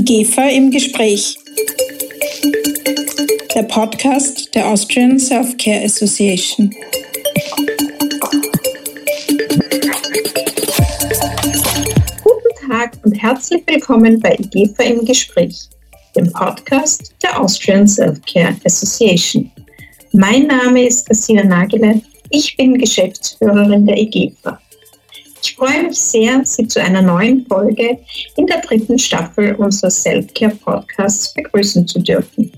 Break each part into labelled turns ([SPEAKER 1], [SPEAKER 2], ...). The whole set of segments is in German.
[SPEAKER 1] IGEFA im Gespräch. Der Podcast der Austrian Self-Care Association.
[SPEAKER 2] Guten Tag und herzlich willkommen bei IGEFA im Gespräch, dem Podcast der Austrian Self-Care Association. Mein Name ist Christina Nagele, ich bin Geschäftsführerin der IGEFA. Ich freue mich sehr, Sie zu einer neuen Folge in der 3. Staffel unseres Self-Care-Podcasts begrüßen zu dürfen.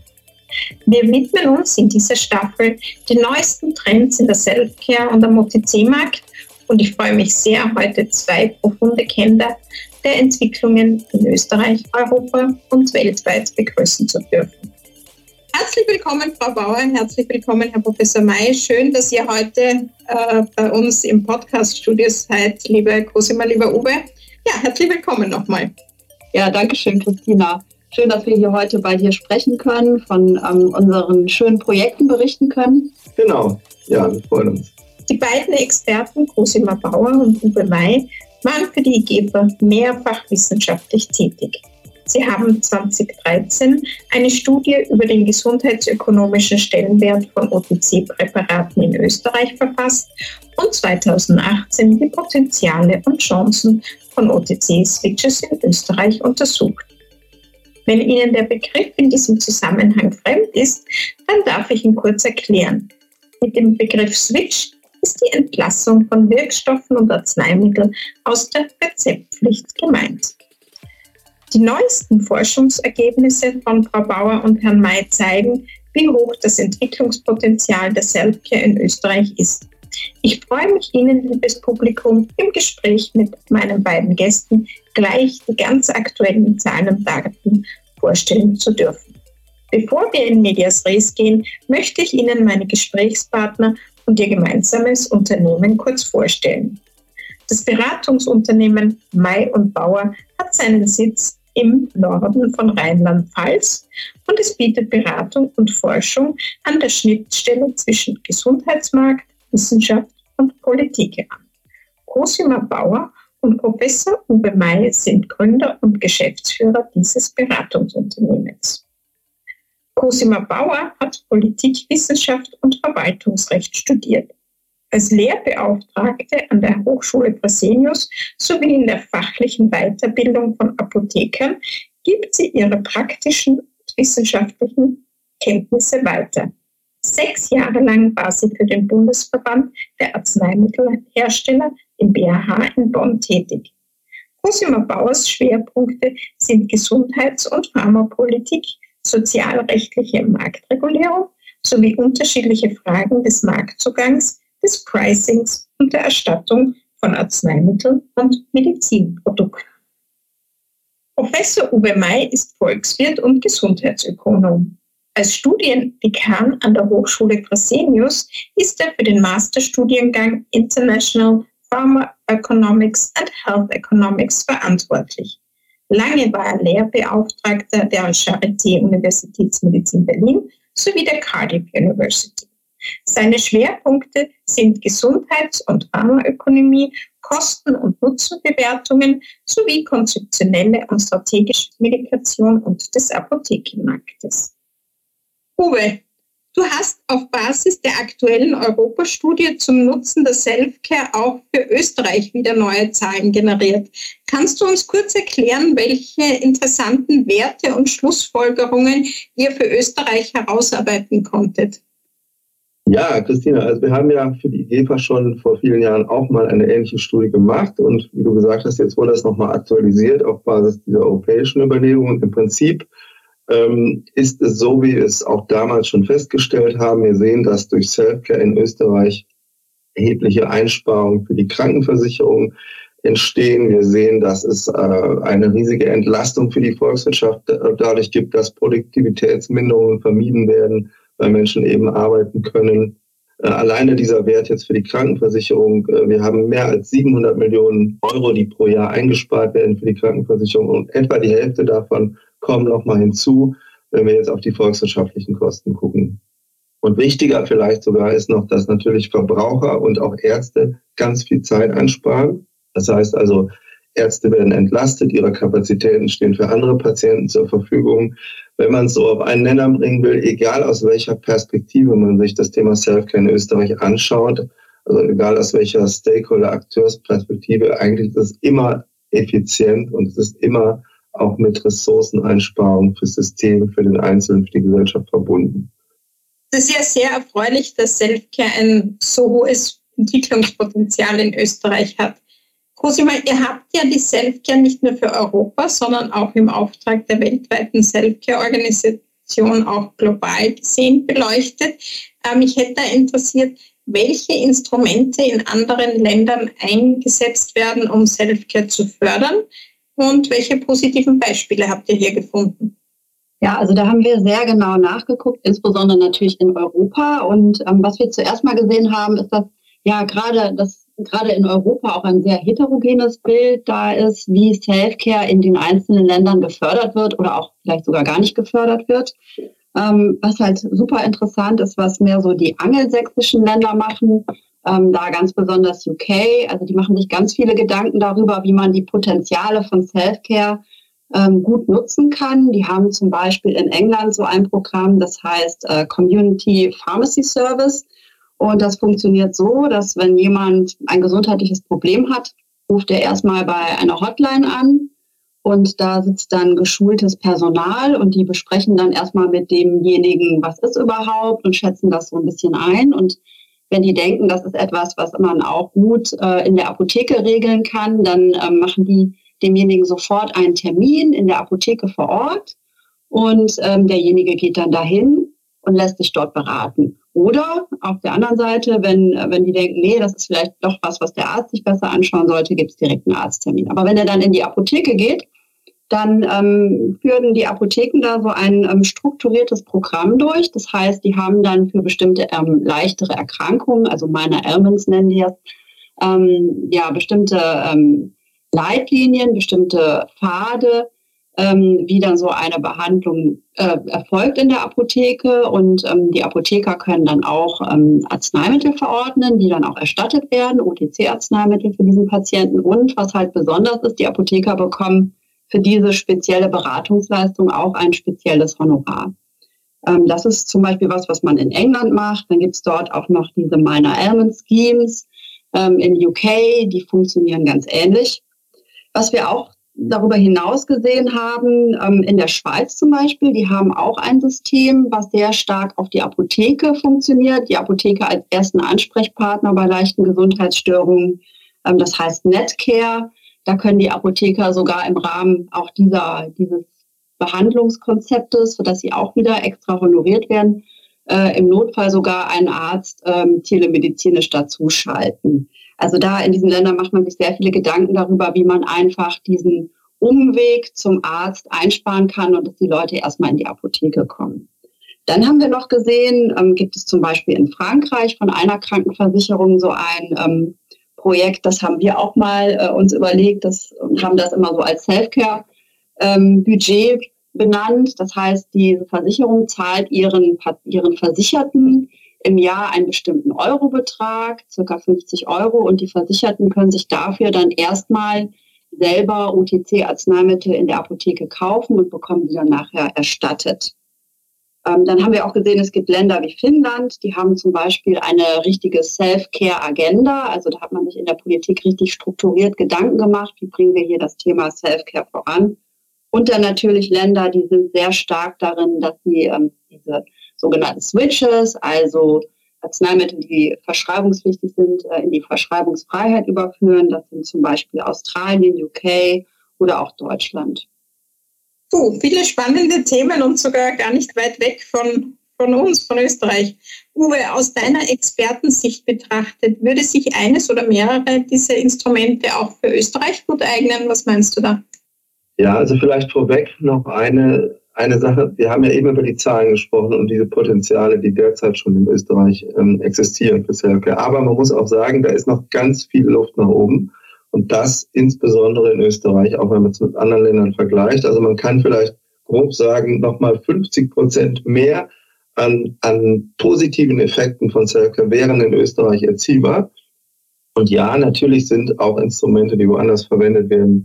[SPEAKER 2] Wir widmen uns in dieser Staffel den neuesten Trends in der Self-Care und am OTC-Markt und ich freue mich sehr, heute 2 profunde Kenner der Entwicklungen in Österreich, Europa und weltweit begrüßen zu dürfen. Herzlich willkommen, Frau Bauer, herzlich willkommen, Herr Professor May. Schön, dass ihr heute bei uns im Podcast-Studio seid, liebe Cosima, lieber Uwe. Ja, herzlich willkommen nochmal.
[SPEAKER 3] Ja, danke schön, Christina. Schön, dass wir hier heute bei dir sprechen können, von unseren schönen Projekten berichten können.
[SPEAKER 4] Genau, ja, wir freuen uns.
[SPEAKER 2] Die beiden Experten, Cosima Bauer und Uwe May, waren für die IGEFA mehrfach wissenschaftlich tätig. Sie haben 2013 eine Studie über den gesundheitsökonomischen Stellenwert von OTC-Präparaten in Österreich verfasst und 2018 die Potenziale und Chancen von OTC-Switches in Österreich untersucht. Wenn Ihnen der Begriff in diesem Zusammenhang fremd ist, dann darf ich ihn kurz erklären. Mit dem Begriff Switch ist die Entlassung von Wirkstoffen und Arzneimitteln aus der Rezeptpflicht gemeint. Die neuesten Forschungsergebnisse von Frau Bauer und Herrn May zeigen, wie hoch das Entwicklungspotenzial der Self-Care in Österreich ist. Ich freue mich, Ihnen, liebes Publikum, im Gespräch mit meinen beiden Gästen gleich die ganz aktuellen Zahlen und Daten vorstellen zu dürfen. Bevor wir in Medias Res gehen, möchte ich Ihnen meine Gesprächspartner und Ihr gemeinsames Unternehmen kurz vorstellen. Das Beratungsunternehmen May und Bauer hat seinen Sitz im Norden von Rheinland-Pfalz und es bietet Beratung und Forschung an der Schnittstelle zwischen Gesundheitsmarkt, Wissenschaft und Politik an. Cosima Bauer und Professor Uwe May sind Gründer und Geschäftsführer dieses Beratungsunternehmens. Cosima Bauer hat Politik, Wissenschaft und Verwaltungsrecht studiert. Als Lehrbeauftragte an der Hochschule Fresenius sowie in der fachlichen Weiterbildung von Apothekern gibt sie ihre praktischen und wissenschaftlichen Kenntnisse weiter. 6 Jahre lang war sie für den Bundesverband der Arzneimittelhersteller, den BAH, in Bonn tätig. Cosima Bauers Schwerpunkte sind Gesundheits- und Pharmapolitik, sozialrechtliche Marktregulierung sowie unterschiedliche Fragen des Marktzugangs, des Pricings und der Erstattung von Arzneimitteln und Medizinprodukten. Professor Uwe May ist Volkswirt und Gesundheitsökonom. Als Studiendekan an der Hochschule Fresenius ist er für den Masterstudiengang International Pharmacoeconomics and Health Economics verantwortlich. Lange war er Lehrbeauftragter der Charité Universitätsmedizin Berlin sowie der Cardiff University. Seine Schwerpunkte sind Gesundheits- und Pharmaökonomie, Kosten- und Nutzenbewertungen sowie konzeptionelle und strategische Medikation und des Apothekenmarktes. Uwe, du hast auf Basis der aktuellen Europastudie zum Nutzen der Self-Care auch für Österreich wieder neue Zahlen generiert. Kannst du uns kurz erklären, welche interessanten Werte und Schlussfolgerungen ihr für Österreich herausarbeiten konntet?
[SPEAKER 4] Ja, Christina, also wir haben ja für die IGEFA schon vor vielen Jahren auch mal eine ähnliche Studie gemacht und wie du gesagt hast, jetzt wurde das nochmal aktualisiert auf Basis dieser europäischen Überlegungen. Im Prinzip ist es so, wie wir es auch damals schon festgestellt haben. Wir sehen, dass durch Self-Care in Österreich erhebliche Einsparungen für die Krankenversicherung entstehen. Wir sehen, dass es eine riesige Entlastung für die Volkswirtschaft dadurch gibt, dass Produktivitätsminderungen vermieden werden, weil Menschen eben arbeiten können. Alleine dieser Wert jetzt für die Krankenversicherung, wir haben mehr als 700 Millionen Euro, die pro Jahr eingespart werden für die Krankenversicherung und etwa die Hälfte davon kommen nochmal hinzu, wenn wir jetzt auf die volkswirtschaftlichen Kosten gucken. Und wichtiger vielleicht sogar ist noch, dass natürlich Verbraucher und auch Ärzte ganz viel Zeit einsparen. Das heißt also, Ärzte werden entlastet, ihre Kapazitäten stehen für andere Patienten zur Verfügung. Wenn man es so auf einen Nenner bringen will, egal aus welcher Perspektive man sich das Thema Selfcare in Österreich anschaut, also egal aus welcher Stakeholder-Akteursperspektive, eigentlich ist es immer effizient und es ist immer auch mit Ressourceneinsparung fürs System, für den Einzelnen, für die Gesellschaft verbunden.
[SPEAKER 2] Es ist ja sehr erfreulich, dass Selfcare ein so hohes Entwicklungspotenzial in Österreich hat. Cosima, ihr habt ja die Selfcare nicht nur für Europa, sondern auch im Auftrag der weltweiten Selfcare-Organisation auch global gesehen beleuchtet. Mich hätte da interessiert, welche Instrumente in anderen Ländern eingesetzt werden, um Selfcare zu fördern und welche positiven Beispiele habt ihr hier gefunden?
[SPEAKER 3] Ja, also da haben wir sehr genau nachgeguckt, insbesondere natürlich in Europa. Und was wir zuerst mal gesehen haben, ist, dass ja gerade in Europa auch ein sehr heterogenes Bild da ist, wie Selfcare in den einzelnen Ländern gefördert wird oder auch vielleicht sogar gar nicht gefördert wird. Was halt super interessant ist, was mehr so die angelsächsischen Länder machen, da ganz besonders UK, also die machen sich ganz viele Gedanken darüber, wie man die Potenziale von Selfcare gut nutzen kann. Die haben zum Beispiel in England so ein Programm, das heißt Community Pharmacy Service. Und das funktioniert so, dass wenn jemand ein gesundheitliches Problem hat, ruft er erstmal bei einer Hotline an und da sitzt dann geschultes Personal und die besprechen dann erstmal mit demjenigen, was ist überhaupt und schätzen das so ein bisschen ein. Und wenn die denken, das ist etwas, was man auch gut in der Apotheke regeln kann, dann machen die demjenigen sofort einen Termin in der Apotheke vor Ort und derjenige geht dann dahin und lässt sich dort beraten. Oder auf der anderen Seite, wenn die denken, nee, das ist vielleicht doch was der Arzt sich besser anschauen sollte, gibt es direkt einen Arzttermin. Aber wenn er dann in die Apotheke geht, dann führen die Apotheken da so ein strukturiertes Programm durch. Das heißt, die haben dann für bestimmte leichtere Erkrankungen, also Minor Ailments nennen die das, bestimmte Leitlinien, bestimmte Pfade, wie dann so eine Behandlung erfolgt in der Apotheke. Und die Apotheker können dann auch Arzneimittel verordnen, die dann auch erstattet werden, OTC-Arzneimittel für diesen Patienten. Und was halt besonders ist, die Apotheker bekommen für diese spezielle Beratungsleistung auch ein spezielles Honorar. Das ist zum Beispiel was man in England macht. Dann gibt es dort auch noch diese Minor Ailment Schemes in UK, die funktionieren ganz ähnlich. Was wir auch darüber hinaus gesehen haben, in der Schweiz zum Beispiel, die haben auch ein System, was sehr stark auf die Apotheke funktioniert. Die Apotheke als ersten Ansprechpartner bei leichten Gesundheitsstörungen. Das heißt Netcare. Da können die Apotheker sogar im Rahmen auch dieses Behandlungskonzeptes, für das sie auch wieder extra honoriert werden, im Notfall sogar einen Arzt telemedizinisch dazuschalten. Also da in diesen Ländern macht man sich sehr viele Gedanken darüber, wie man einfach diesen Umweg zum Arzt einsparen kann und dass die Leute erstmal in die Apotheke kommen. Dann haben wir noch gesehen, gibt es zum Beispiel in Frankreich von einer Krankenversicherung so ein Projekt, das haben wir auch mal uns überlegt und haben das immer so als Selfcare-Budget benannt. Das heißt, diese Versicherung zahlt ihren Versicherten im Jahr einen bestimmten Eurobetrag, ca. 50 €, und die Versicherten können sich dafür dann erstmal selber OTC-Arzneimittel in der Apotheke kaufen und bekommen die dann nachher erstattet. Dann haben wir auch gesehen, es gibt Länder wie Finnland, die haben zum Beispiel eine richtige Self-Care-Agenda. Also da hat man sich in der Politik richtig strukturiert Gedanken gemacht, wie bringen wir hier das Thema Self-Care voran. Und dann natürlich Länder, die sind sehr stark darin, dass sie diese sogenannten Switches, also Arzneimittel, die verschreibungspflichtig sind, in die Verschreibungsfreiheit überführen. Das sind zum Beispiel Australien, UK oder auch Deutschland.
[SPEAKER 2] Viele spannende Themen und sogar gar nicht weit weg von uns, von Österreich. Uwe, aus deiner Expertensicht betrachtet, würde sich eines oder mehrere dieser Instrumente auch für Österreich gut eignen? Was meinst du da?
[SPEAKER 4] Ja, also vielleicht vorweg noch eine Sache. Wir haben ja eben über die Zahlen gesprochen und diese Potenziale, die derzeit schon in Österreich existieren für Selfcare. Aber man muss auch sagen, da ist noch ganz viel Luft nach oben. Und das insbesondere in Österreich, auch wenn man es mit anderen Ländern vergleicht. Also man kann vielleicht grob sagen, nochmal 50% mehr an positiven Effekten von Selfcare wären in Österreich erzielbar. Und ja, natürlich sind auch Instrumente, die woanders verwendet werden,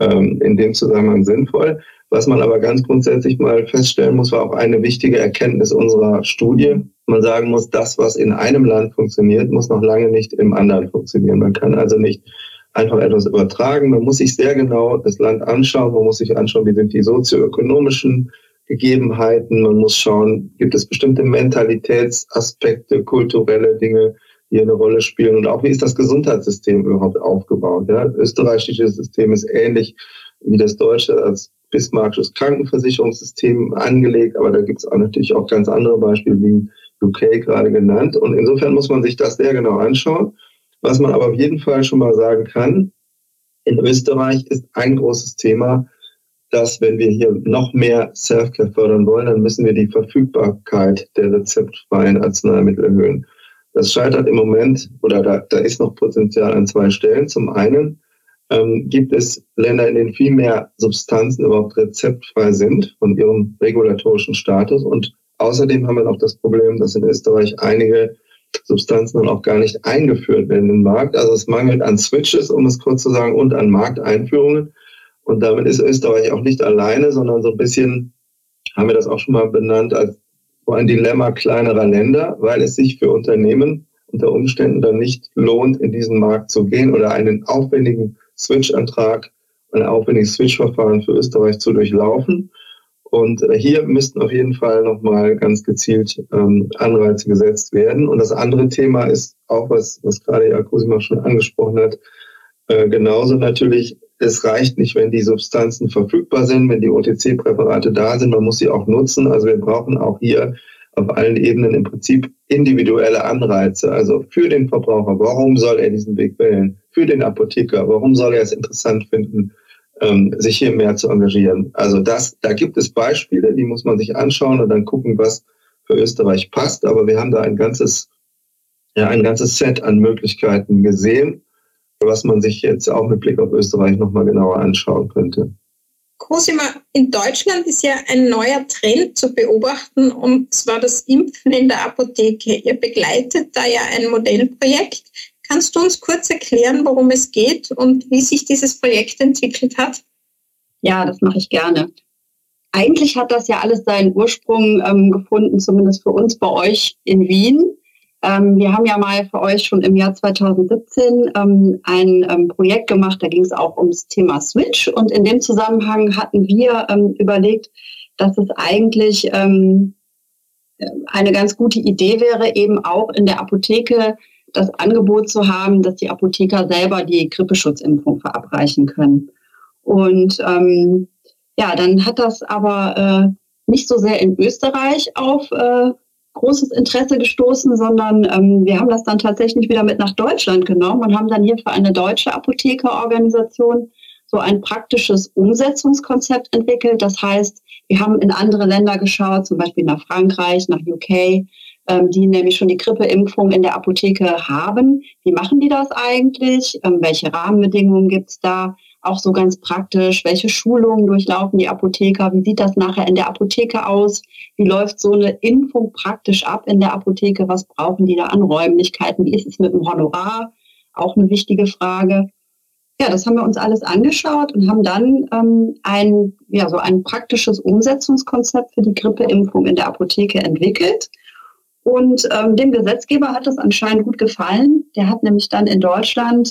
[SPEAKER 4] in dem Zusammenhang sinnvoll. Was man aber ganz grundsätzlich mal feststellen muss, war auch eine wichtige Erkenntnis unserer Studie. Man sagen muss, das, was in einem Land funktioniert, muss noch lange nicht im anderen funktionieren. Man kann also nicht einfach etwas übertragen. Man muss sich sehr genau das Land anschauen. Man muss sich anschauen, wie sind die sozioökonomischen Gegebenheiten. Man muss schauen, gibt es bestimmte Mentalitätsaspekte, kulturelle Dinge, die eine Rolle spielen. Und auch, wie ist das Gesundheitssystem überhaupt aufgebaut? Ja, das österreichische System ist ähnlich wie das deutsche als bismarckisches Krankenversicherungssystem angelegt. Aber da gibt es auch natürlich auch ganz andere Beispiele, wie UK gerade genannt. Und insofern muss man sich das sehr genau anschauen. Was man aber auf jeden Fall schon mal sagen kann, in Österreich ist ein großes Thema, dass wenn wir hier noch mehr Self-Care fördern wollen, dann müssen wir die Verfügbarkeit der rezeptfreien Arzneimittel erhöhen. Das scheitert im Moment, oder da ist noch Potenzial an 2 Stellen. Zum einen gibt es Länder, in denen viel mehr Substanzen überhaupt rezeptfrei sind von ihrem regulatorischen Status. Und außerdem haben wir noch das Problem, dass in Österreich einige Substanzen dann auch gar nicht eingeführt werden in den Markt. Also es mangelt an Switches, um es kurz zu sagen, und an Markteinführungen. Und damit ist Österreich auch nicht alleine, sondern so ein bisschen, haben wir das auch schon mal benannt, als so ein Dilemma kleinerer Länder, weil es sich für Unternehmen unter Umständen dann nicht lohnt, in diesen Markt zu gehen oder einen aufwendigen Switch-Antrag, ein aufwendiges Switch-Verfahren für Österreich zu durchlaufen. Und hier müssten auf jeden Fall nochmal ganz gezielt Anreize gesetzt werden. Und das andere Thema ist auch, was gerade Herr Cosima schon angesprochen hat, genauso natürlich, es reicht nicht, wenn die Substanzen verfügbar sind, wenn die OTC-Präparate da sind, man muss sie auch nutzen. Also wir brauchen auch hier auf allen Ebenen im Prinzip individuelle Anreize. Also für den Verbraucher, warum soll er diesen Weg wählen? Für den Apotheker, warum soll er es interessant finden, sich hier mehr zu engagieren? Also da gibt es Beispiele, die muss man sich anschauen und dann gucken, was für Österreich passt. Aber wir haben da ein ganzes Set an Möglichkeiten gesehen, was man sich jetzt auch mit Blick auf Österreich nochmal genauer anschauen könnte.
[SPEAKER 2] Cosima, in Deutschland ist ja ein neuer Trend zu beobachten, und zwar das Impfen in der Apotheke. Ihr begleitet da ja ein Modellprojekt. Kannst du uns kurz erklären, worum es geht und wie sich dieses Projekt entwickelt hat?
[SPEAKER 3] Ja, das mache ich gerne. Eigentlich hat das ja alles seinen Ursprung gefunden, zumindest für uns bei euch in Wien. Wir haben ja mal für euch schon im Jahr 2017 ein Projekt gemacht, da ging es auch ums Thema Switch. Und in dem Zusammenhang hatten wir überlegt, dass es eigentlich eine ganz gute Idee wäre, eben auch in der Apotheke das Angebot zu haben, dass die Apotheker selber die Grippeschutzimpfung verabreichen können. Und dann hat das aber nicht so sehr in Österreich auf großes Interesse gestoßen, sondern wir haben das dann tatsächlich wieder mit nach Deutschland genommen und haben dann hier für eine deutsche Apothekerorganisation so ein praktisches Umsetzungskonzept entwickelt. Das heißt, wir haben in andere Länder geschaut, zum Beispiel nach Frankreich, nach UK, die nämlich schon die Grippeimpfung in der Apotheke haben. Wie machen die das eigentlich? Welche Rahmenbedingungen gibt es da? Auch so ganz praktisch, welche Schulungen durchlaufen die Apotheker? Wie sieht das nachher in der Apotheke aus? Wie läuft so eine Impfung praktisch ab in der Apotheke? Was brauchen die da an Räumlichkeiten? Wie ist es mit dem Honorar? Auch eine wichtige Frage. Ja, das haben wir uns alles angeschaut und haben dann ein praktisches Umsetzungskonzept für die Grippeimpfung in der Apotheke entwickelt. Und dem Gesetzgeber hat das anscheinend gut gefallen. Der hat nämlich dann in Deutschland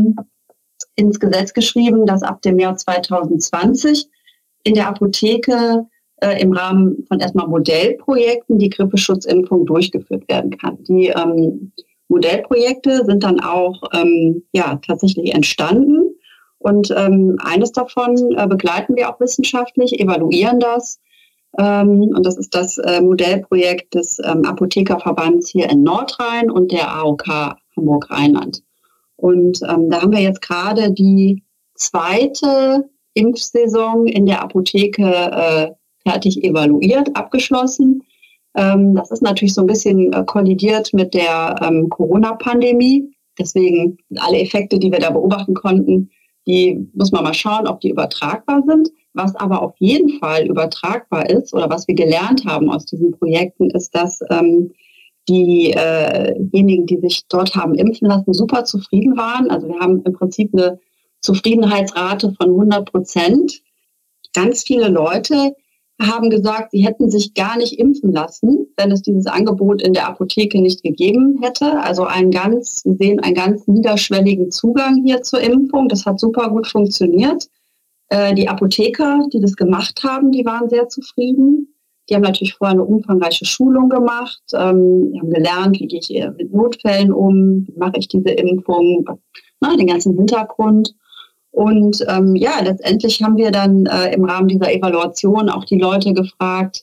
[SPEAKER 3] ins Gesetz geschrieben, dass ab dem Jahr 2020 in der Apotheke im Rahmen von erstmal Modellprojekten die Grippeschutzimpfung durchgeführt werden kann. Die Modellprojekte sind dann auch tatsächlich entstanden und eines davon begleiten wir auch wissenschaftlich, evaluieren das. Und das ist das Modellprojekt des Apothekerverbands hier in Nordrhein und der AOK Hamburg-Rheinland. Und da haben wir jetzt gerade die 2. Impfsaison in der Apotheke fertig evaluiert, abgeschlossen. Das ist natürlich so ein bisschen kollidiert mit der Corona-Pandemie. Deswegen alle Effekte, die wir da beobachten konnten, die muss man mal schauen, ob die übertragbar sind. Was aber auf jeden Fall übertragbar ist oder was wir gelernt haben aus diesen Projekten, ist, dass diejenigen, die sich dort haben impfen lassen, super zufrieden waren. Also wir haben im Prinzip eine Zufriedenheitsrate von 100%. Ganz viele Leute haben gesagt, sie hätten sich gar nicht impfen lassen, wenn es dieses Angebot in der Apotheke nicht gegeben hätte. Also wir sehen einen ganz niederschwelligen Zugang hier zur Impfung. Das hat super gut funktioniert. Die Apotheker, die das gemacht haben, die waren sehr zufrieden. Die haben natürlich vorher eine umfangreiche Schulung gemacht. Die haben gelernt, wie gehe ich mit Notfällen um, wie mache ich diese Impfung, den ganzen Hintergrund. Und letztendlich haben wir dann im Rahmen dieser Evaluation auch die Leute gefragt,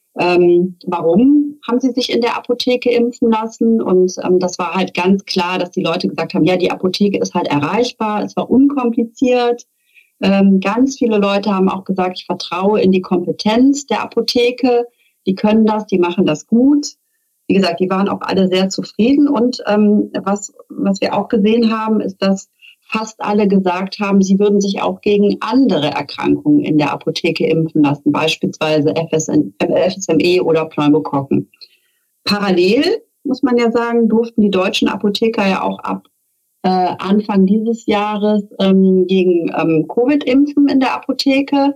[SPEAKER 3] warum haben sie sich in der Apotheke impfen lassen? Und das war halt ganz klar, dass die Leute gesagt haben, ja, die Apotheke ist halt erreichbar, es war unkompliziert. Ganz viele Leute haben auch gesagt, ich vertraue in die Kompetenz der Apotheke, die können das, die machen das gut. Wie gesagt, die waren auch alle sehr zufrieden. Und was wir auch gesehen haben, ist, dass fast alle gesagt haben, sie würden sich auch gegen andere Erkrankungen in der Apotheke impfen lassen, beispielsweise FSME oder Pneumokokken. Parallel, muss man ja sagen, durften die deutschen Apotheker ja auch ab Anfang dieses Jahres gegen Covid impfen in der Apotheke.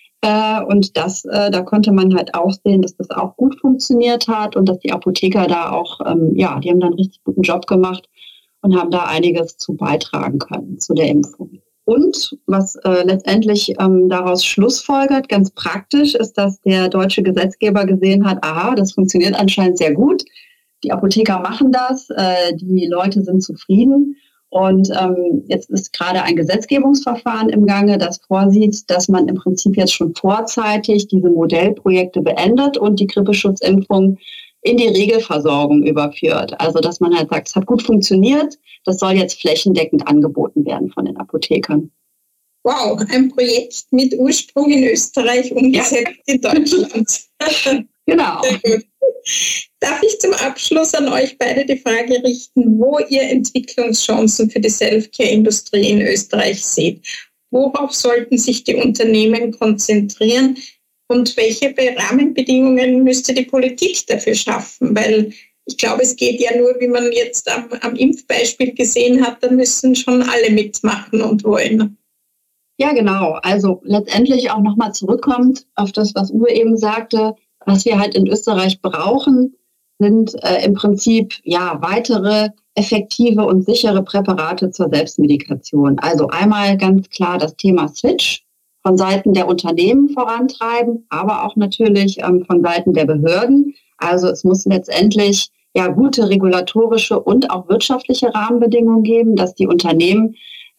[SPEAKER 3] Und da konnte man halt auch sehen, dass das auch gut funktioniert hat und dass die Apotheker da auch, die haben da einen richtig guten Job gemacht und haben da einiges zu beitragen können zu der Impfung. Und was letztendlich daraus schlussfolgert, ganz praktisch, ist, dass der deutsche Gesetzgeber gesehen hat, aha, das funktioniert anscheinend sehr gut. Die Apotheker machen das, die Leute sind zufrieden. Und jetzt ist gerade ein Gesetzgebungsverfahren im Gange, das vorsieht, dass man im Prinzip jetzt schon vorzeitig diese Modellprojekte beendet und die Grippeschutzimpfung in die Regelversorgung überführt. Also dass man halt sagt, es hat gut funktioniert, das soll jetzt flächendeckend angeboten werden von den Apothekern.
[SPEAKER 2] Wow, ein Projekt mit Ursprung in Österreich umgesetzt in Deutschland.
[SPEAKER 3] Genau.
[SPEAKER 2] Sehr gut. Darf ich zum Abschluss an euch beide die Frage richten, wo ihr Entwicklungschancen für die Self-Care-Industrie in Österreich seht? Worauf sollten sich die Unternehmen konzentrieren und welche Rahmenbedingungen müsste die Politik dafür schaffen? Weil ich glaube, es geht ja nur, wie man jetzt am Impfbeispiel gesehen hat, da müssen schon alle mitmachen und wollen.
[SPEAKER 3] Ja, genau. Also letztendlich auch nochmal zurückkommt auf das, was Uwe eben sagte. Was wir halt in Österreich brauchen, sind im Prinzip weitere effektive und sichere Präparate zur Selbstmedikation. Also einmal ganz klar das Thema Switch von Seiten der Unternehmen vorantreiben, aber auch natürlich von Seiten der Behörden. Also es muss letztendlich gute regulatorische und auch wirtschaftliche Rahmenbedingungen geben, dass die Unternehmen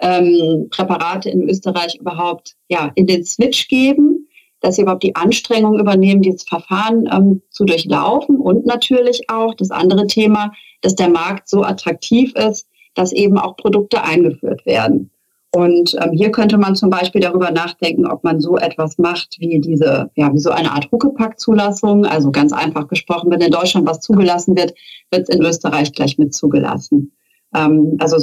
[SPEAKER 3] Präparate in Österreich überhaupt in den Switch geben, dass sie überhaupt die Anstrengung übernehmen, dieses Verfahren zu durchlaufen und natürlich auch das andere Thema, dass der Markt so attraktiv ist, dass eben auch Produkte eingeführt werden. Und hier könnte man zum Beispiel darüber nachdenken, ob man so etwas macht wie wie so eine Art Huckepack-Zulassung. Also ganz einfach gesprochen, wenn in Deutschland was zugelassen wird, wird es in Österreich gleich mit zugelassen. Also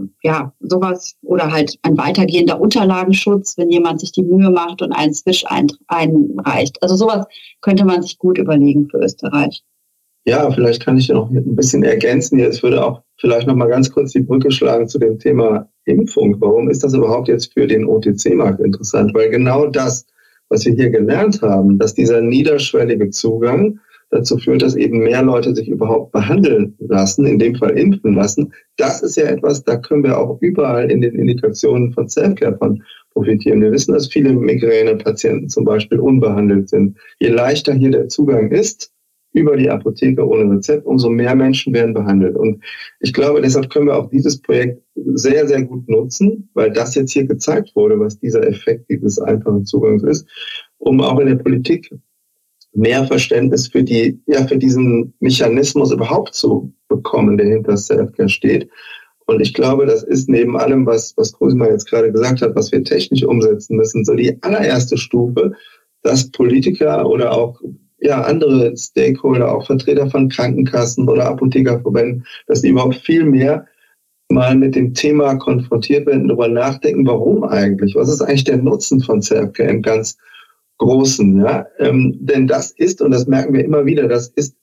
[SPEAKER 3] sowas oder halt ein weitergehender Unterlagenschutz, wenn jemand sich die Mühe macht und einen Switch einreicht. Also sowas könnte man sich gut überlegen für Österreich.
[SPEAKER 4] Ja, vielleicht kann ich ja noch ein bisschen ergänzen. Jetzt würde auch vielleicht noch mal ganz kurz die Brücke schlagen zu dem Thema Impfung. Warum ist das überhaupt jetzt für den OTC-Markt interessant? Weil genau das, was wir hier gelernt haben, dass dieser niederschwellige Zugang dazu führt, dass eben mehr Leute sich überhaupt behandeln lassen, in dem Fall impfen lassen. Das ist ja etwas, da können wir auch überall in den Indikationen von Selfcare von profitieren. Wir wissen, dass viele Migränepatienten zum Beispiel unbehandelt sind. Je leichter hier der Zugang ist, über die Apotheke ohne Rezept, umso mehr Menschen werden behandelt. Und ich glaube, deshalb können wir auch dieses Projekt sehr, sehr gut nutzen, weil das jetzt hier gezeigt wurde, was dieser Effekt dieses einfachen Zugangs ist, um auch in der Politik mehr Verständnis für diesen Mechanismus überhaupt zu bekommen, der hinter Selfcare steht. Und ich glaube, das ist neben allem, was Cosima jetzt gerade gesagt hat, was wir technisch umsetzen müssen, so die allererste Stufe, dass Politiker oder auch andere Stakeholder, auch Vertreter von Krankenkassen oder Apothekerverbänden, dass die überhaupt viel mehr mal mit dem Thema konfrontiert werden, darüber nachdenken, warum eigentlich? Was ist eigentlich der Nutzen von Selfcare im ganz Großen? Ja? Denn das ist, und das merken wir immer wieder, das ist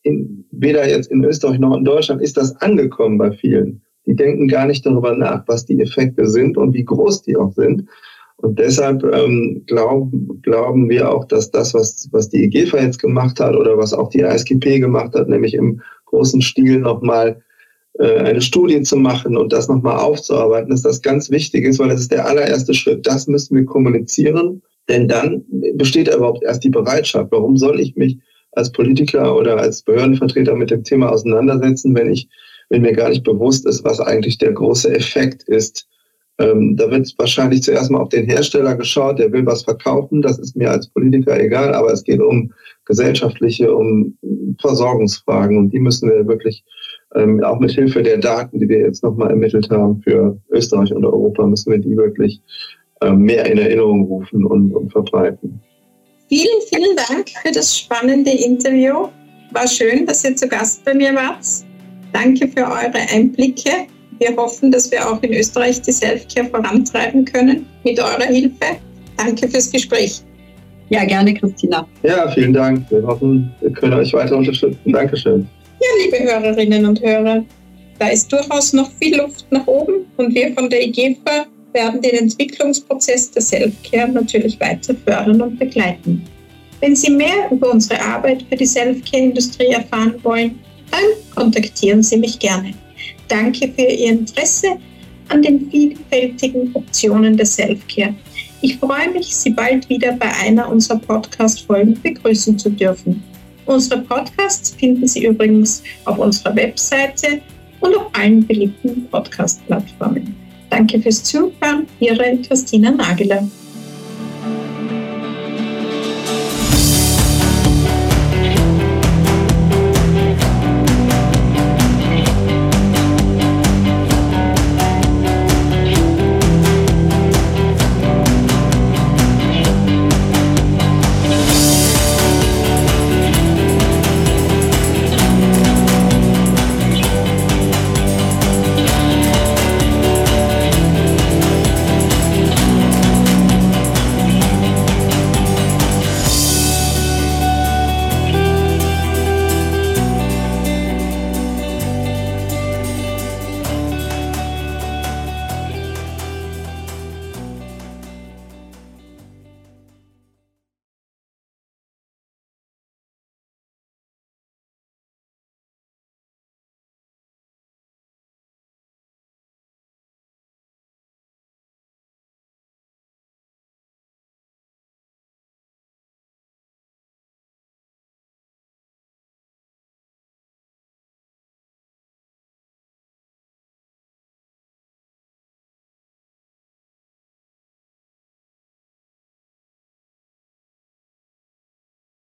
[SPEAKER 4] weder jetzt in Österreich noch in Deutschland ist das angekommen bei vielen. Die denken gar nicht darüber nach, was die Effekte sind und wie groß die auch sind. Und deshalb glauben wir auch, dass das, was die EGEFA jetzt gemacht hat oder was auch die ASGP gemacht hat, nämlich im großen Stil nochmal eine Studie zu machen und das nochmal aufzuarbeiten, dass das ganz wichtig ist, weil das ist der allererste Schritt. Das müssen wir kommunizieren, denn dann besteht überhaupt erst die Bereitschaft. Warum soll ich mich als Politiker oder als Behördenvertreter mit dem Thema auseinandersetzen, wenn mir gar nicht bewusst ist, was eigentlich der große Effekt ist? Da wird wahrscheinlich zuerst mal auf den Hersteller geschaut, der will was verkaufen, das ist mir als Politiker egal, aber es geht um gesellschaftliche, um Versorgungsfragen und die müssen wir wirklich auch mit Hilfe der Daten, die wir jetzt nochmal ermittelt haben für Österreich und Europa, müssen wir die wirklich mehr in Erinnerung rufen und verbreiten.
[SPEAKER 2] Vielen, vielen Dank für das spannende Interview. War schön, dass ihr zu Gast bei mir wart. Danke für eure Einblicke. Wir hoffen, dass wir auch in Österreich die Selfcare vorantreiben können mit eurer Hilfe. Danke fürs Gespräch.
[SPEAKER 3] Ja, gerne, Christina.
[SPEAKER 4] Ja, vielen Dank. Wir hoffen, wir können euch weiter unterstützen. Dankeschön.
[SPEAKER 2] Ja, liebe Hörerinnen und Hörer, da ist durchaus noch viel Luft nach oben und wir von der EGEFA werden den Entwicklungsprozess der Selfcare natürlich weiter fördern und begleiten. Wenn Sie mehr über unsere Arbeit für die Selfcare-Industrie erfahren wollen, dann kontaktieren Sie mich gerne. Danke für Ihr Interesse an den vielfältigen Optionen der Selfcare. Ich freue mich, Sie bald wieder bei einer unserer Podcast-Folgen begrüßen zu dürfen. Unsere Podcasts finden Sie übrigens auf unserer Webseite und auf allen beliebten Podcast-Plattformen. Danke fürs Zuhören, Ihre Christina Nageler.